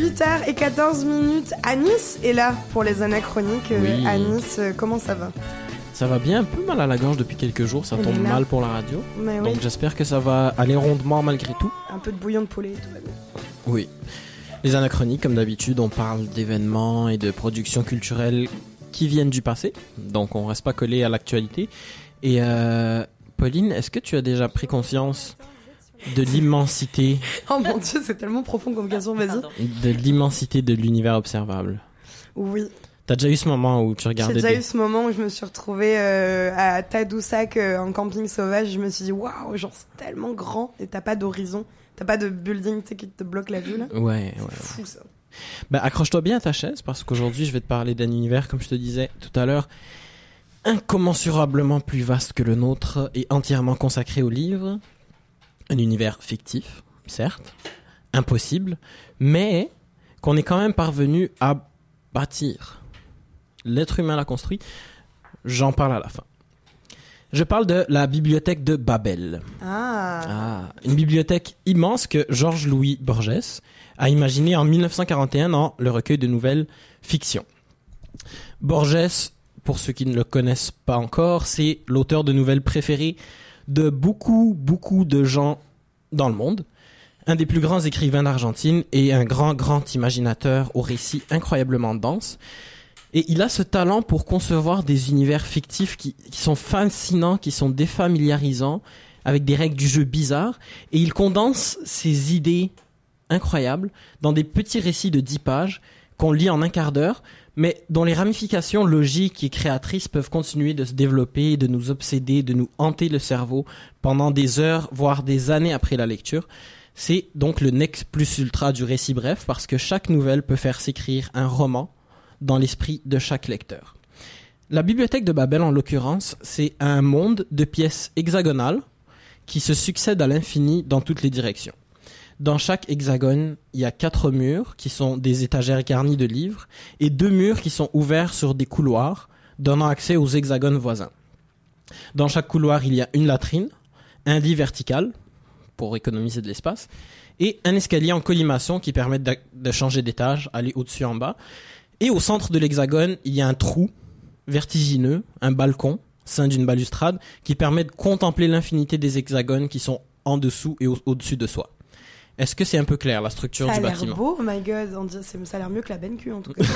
8h14, Anis est là pour les anachroniques. Oui. Anis, comment ça va? Ça va bien, un peu mal à la gorge depuis quelques jours, ça tombe mal pour la radio. Mais oui. Donc j'espère que ça va aller rondement malgré tout. Un peu de bouillon de poulet et tout va bien. Oui. Les anachroniques, comme d'habitude, on parle d'événements et de productions culturelles qui viennent du passé. Donc on reste pas collé à l'actualité. Et Pauline, est-ce que tu as déjà pris conscience de l'immensité... Oh mon Dieu, c'est tellement profond comme question, vas-y. De l'immensité de l'univers observable? Oui. T'as déjà eu ce moment où tu regardais... J'ai déjà eu ce moment où je me suis retrouvée à Tadoussac en camping sauvage. Je me suis dit, waouh, genre c'est tellement grand et t'as pas d'horizon. T'as pas de building qui te bloque la vue là. Ouais. C'est fou ça. Bah, accroche-toi bien à ta chaise parce qu'aujourd'hui je vais te parler d'un univers, comme je te disais tout à l'heure, incommensurablement plus vaste que le nôtre et entièrement consacré aux livres. Un univers fictif, certes, impossible, mais qu'on est quand même parvenu à bâtir. L'être humain l'a construit. J'en parle à la fin. Je parle de la bibliothèque de Babel. Une bibliothèque immense que Georges-Louis Borges a imaginée en 1941 dans le recueil de nouvelles fictions. Borges, pour ceux qui ne le connaissent pas encore, c'est l'auteur de nouvelles préférées de beaucoup de gens dans le monde. Un des plus grands écrivains d'Argentine et un grand imaginateur aux récits incroyablement denses. Et il a ce talent pour concevoir des univers fictifs qui sont fascinants, qui sont défamiliarisants, avec des règles du jeu bizarres. Et il condense ses idées incroyables dans des petits récits de 10 pages qu'on lit en un quart d'heure, mais dont les ramifications logiques et créatrices peuvent continuer de se développer, de nous obséder, de nous hanter le cerveau pendant des heures, voire des années après la lecture. C'est donc le nec plus ultra du récit bref, parce que chaque nouvelle peut faire s'écrire un roman dans l'esprit de chaque lecteur. La bibliothèque de Babel, en l'occurrence, c'est un monde de pièces hexagonales qui se succèdent à l'infini dans toutes les directions. Dans chaque hexagone, il y a 4 murs qui sont des étagères garnies de livres et 2 murs qui sont ouverts sur des couloirs donnant accès aux hexagones voisins. Dans chaque couloir, il y a une latrine, un lit vertical pour économiser de l'espace et un escalier en collimation qui permet de changer d'étage, aller au-dessus en bas. Et au centre de l'hexagone, il y a un trou vertigineux, un balcon, ceint d'une balustrade, qui permet de contempler l'infinité des hexagones qui sont en dessous et au-dessus de soi. Est-ce que c'est un peu clair, la structure du bâtiment? Ça a l'air beau, oh my god, ça a l'air mieux que la BenQ en tout cas.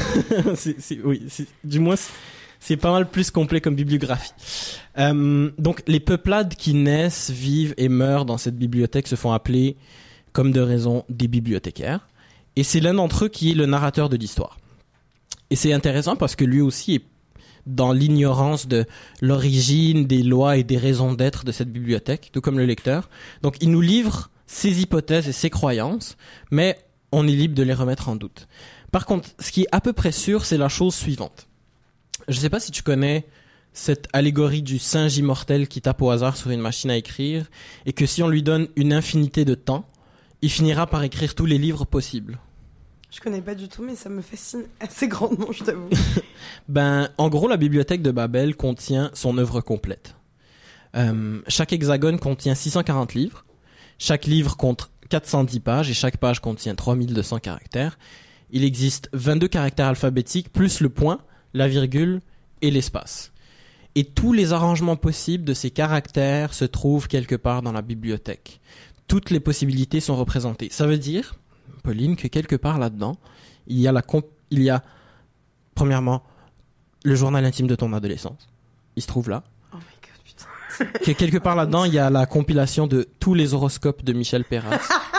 Du moins, c'est pas mal plus complet comme bibliographie. Donc, les peuplades qui naissent, vivent et meurent dans cette bibliothèque se font appeler, comme de raison, des bibliothécaires. Et c'est l'un d'entre eux qui est le narrateur de l'histoire. Et c'est intéressant parce que lui aussi est dans l'ignorance de l'origine, des lois et des raisons d'être de cette bibliothèque, tout comme le lecteur. Donc il nous livre ses hypothèses et ses croyances, mais on est libre de les remettre en doute. Par contre, ce qui est à peu près sûr, c'est la chose suivante. Je ne sais pas si tu connais cette allégorie du singe immortel qui tape au hasard sur une machine à écrire, et que si on lui donne une infinité de temps, il finira par écrire tous les livres possibles. Je connais pas du tout, mais ça me fascine assez grandement, je t'avoue. En gros, la bibliothèque de Babel contient son œuvre complète. Chaque hexagone contient 640 livres. Chaque livre compte 410 pages et chaque page contient 3200 caractères. Il existe 22 caractères alphabétiques, plus le point, la virgule et l'espace. Et tous les arrangements possibles de ces caractères se trouvent quelque part dans la bibliothèque. Toutes les possibilités sont représentées. Ça veut dire, Pauline, que quelque part là-dedans, il y a premièrement le journal intime de ton adolescence. Il se trouve là. Oh my god, putain. Que quelque part là-dedans, il y a la compilation de tous les horoscopes de Michel Perras.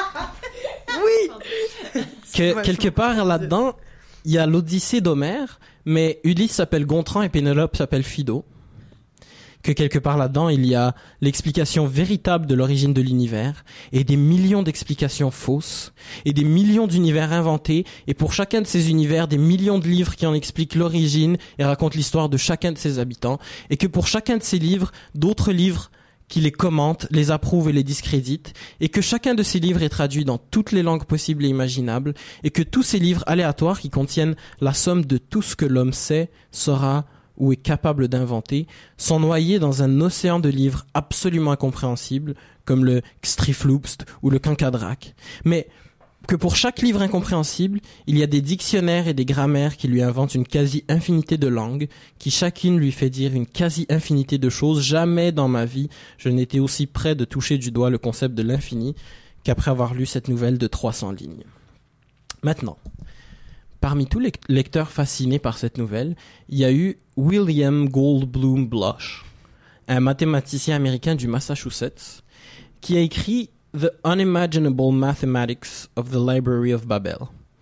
Oui. Que quelque part là-dedans, il y a l'Odyssée d'Homère, mais Ulysse s'appelle Gontran et Pénélope s'appelle Phido. Que quelque part là-dedans, il y a l'explication véritable de l'origine de l'univers et des millions d'explications fausses et des millions d'univers inventés et pour chacun de ces univers, des millions de livres qui en expliquent l'origine et racontent l'histoire de chacun de ses habitants et que pour chacun de ces livres, d'autres livres qui les commentent, les approuvent et les discréditent et que chacun de ces livres est traduit dans toutes les langues possibles et imaginables et que tous ces livres aléatoires qui contiennent la somme de tout ce que l'homme sait, saura ou est capable d'inventer, sont noyés dans un océan de livres absolument incompréhensibles, comme le Xtrifloupst ou le Cancadrak. Mais que pour chaque livre incompréhensible, il y a des dictionnaires et des grammaires qui lui inventent une quasi-infinité de langues, qui chacune lui fait dire une quasi-infinité de choses. Jamais dans ma vie, je n'étais aussi près de toucher du doigt le concept de l'infini qu'après avoir lu cette nouvelle de 300 lignes. Maintenant, parmi tous les lecteurs fascinés par cette nouvelle, il y a eu William Goldblum Blush, un mathématicien américain du Massachusetts, qui a écrit The Unimaginable Mathematics of the Library of Babel.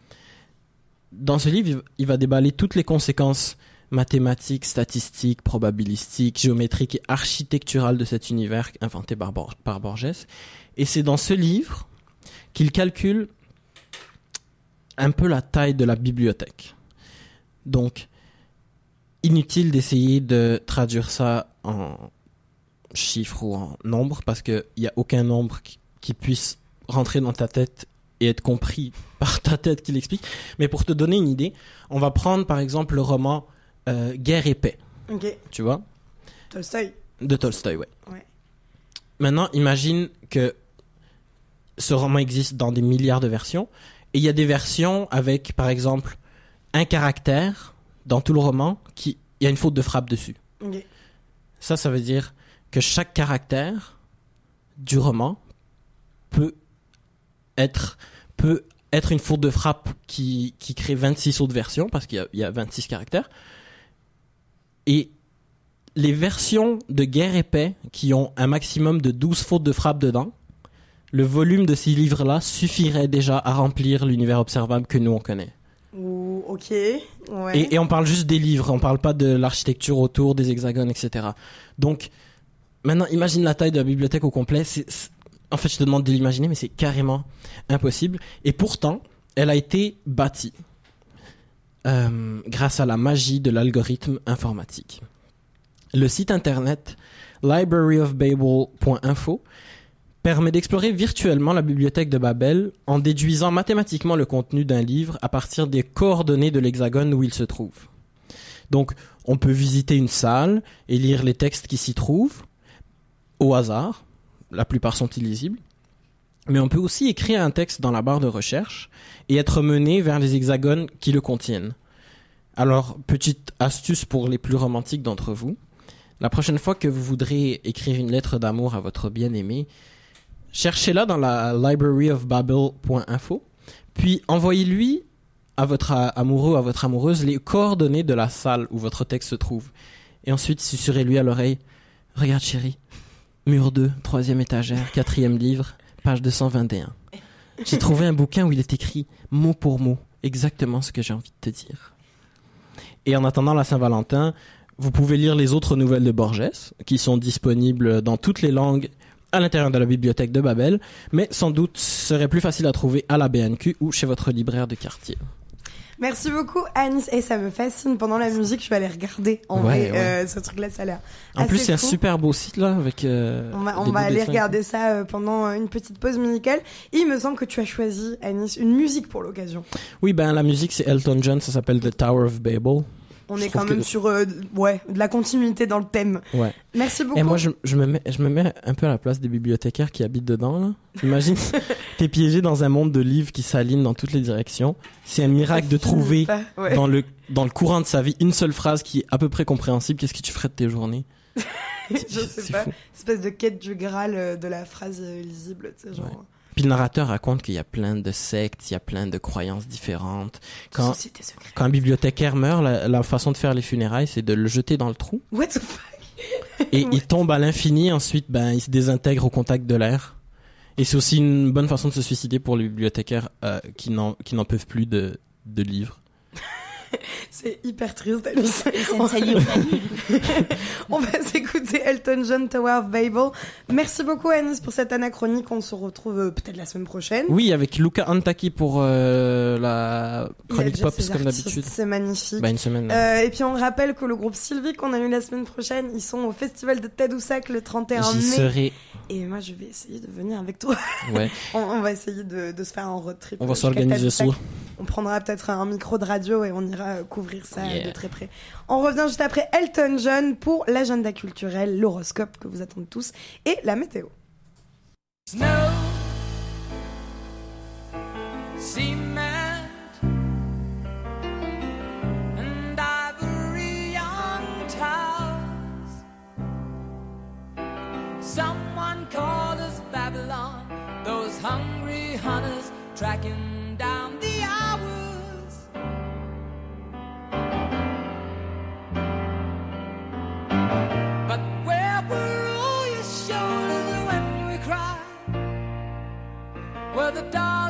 Dans ce livre, il va déballer toutes les conséquences mathématiques, statistiques, probabilistiques, géométriques et architecturales de cet univers inventé par Borges. Et c'est dans ce livre qu'il calcule un peu la taille de la bibliothèque. Donc, inutile d'essayer de traduire ça en chiffres ou en nombres, parce qu'il n'y a aucun nombre qui puisse rentrer dans ta tête et être compris par ta tête qui l'explique. Mais pour te donner une idée, on va prendre par exemple le roman Guerre et paix. Ok. Tu vois ? Tolstoï. De Tolstoï, ouais. Ouais. Maintenant, imagine que ce roman existe dans des milliards de versions, et il y a des versions avec, par exemple, un caractère dans tout le roman il y a une faute de frappe dessus. Ok. Ça veut dire que chaque caractère du roman peut être une faute de frappe qui crée 26 autres versions, parce qu'il y a 26 caractères. Et les versions de Guerre et paix qui ont un maximum de 12 fautes de frappe dedans, le volume de ces livres-là suffirait déjà à remplir l'univers observable que nous on connaît. Ok, ouais. Et on parle juste des livres, on parle pas de l'architecture autour, des hexagones, etc. Donc, maintenant, imagine la taille de la bibliothèque au complet. En fait, je te demande de l'imaginer, mais c'est carrément impossible. Et pourtant, elle a été bâtie grâce à la magie de l'algorithme informatique. Le site internet libraryofbabel.info permet d'explorer virtuellement la bibliothèque de Babel en déduisant mathématiquement le contenu d'un livre à partir des coordonnées de l'hexagone où il se trouve. Donc, on peut visiter une salle et lire les textes qui s'y trouvent au hasard. La plupart sont illisibles. Mais on peut aussi écrire un texte dans la barre de recherche et être mené vers les hexagones qui le contiennent. Alors, petite astuce pour les plus romantiques d'entre vous. La prochaine fois que vous voudrez écrire une lettre d'amour à votre bien-aimé, cherchez-la dans la libraryofbabel.info, puis envoyez-lui à votre amoureux ou à votre amoureuse les coordonnées de la salle où votre texte se trouve. Et ensuite, susurrez-lui à l'oreille « Regarde chérie, mur 2, 3e étagère, 4e livre, page 221. J'ai trouvé un bouquin où il est écrit mot pour mot, exactement ce que j'ai envie de te dire. » Et en attendant la Saint-Valentin, vous pouvez lire les autres nouvelles de Borges, qui sont disponibles dans toutes les langues à l'intérieur de la bibliothèque de Babel, mais sans doute serait plus facile à trouver à la BNQ ou chez votre libraire de quartier. Merci beaucoup, Anis. Et ça me fascine. Pendant la musique, je vais aller regarder. En vrai, ce truc-là, ça a l'air. En plus, c'est un fou. super beau site là avec. On va aller regarder ça pendant une petite pause musicale. Et il me semble que tu as choisi, Anis, une musique pour l'occasion. Oui, la musique c'est Elton John. Ça s'appelle The Tower of Babel. On est quand même sur de la continuité dans le thème. Ouais. Merci beaucoup. Et moi, je me mets un peu à la place des bibliothécaires qui habitent dedans. Là. Imagine, t'es piégé dans un monde de livres qui s'alignent dans toutes les directions. C'est un miracle de trouver dans le courant de sa vie une seule phrase qui est à peu près compréhensible. Qu'est-ce que tu ferais de tes journées? Je sais pas. Fou. Espèce de quête du Graal de la phrase lisible, tu sais, genre. Ouais. Puis le narrateur raconte qu'il y a plein de sectes, il y a plein de croyances différentes. Quand un bibliothécaire meurt, la façon de faire les funérailles, c'est de le jeter dans le trou. What the fuck? Et il tombe à l'infini, ensuite il se désintègre au contact de l'air. Et c'est aussi une bonne façon de se suicider pour les bibliothécaires qui n'en peuvent plus de livres. C'est hyper triste, Alice. On va s'écouter Elton John, Tower of Babel. Merci beaucoup, Anis, pour cette anachronique. On se retrouve peut-être la semaine prochaine. Oui, avec Luca Antaki pour la chronique pop, comme d'habitude. C'est magnifique. Une semaine. Et puis on rappelle que le groupe Sylvie qu'on a eu la semaine prochaine, ils sont au festival de Tadoussac le 31 mai. J'y serai. Et moi, je vais essayer de venir avec toi. Ouais. on va essayer de se faire un road trip. On va s'organiser ça. On prendra peut-être un micro de radio et on ira couvrir ça de très près. On revient juste après Elton John pour l'agenda culturel, l'horoscope que vous attendez tous et la météo. Snow, cement and ivory on towers. Someone called us Babylon, those hungry hunters tracking down the hours. But where were all your shoulders when we cried? Were the dollars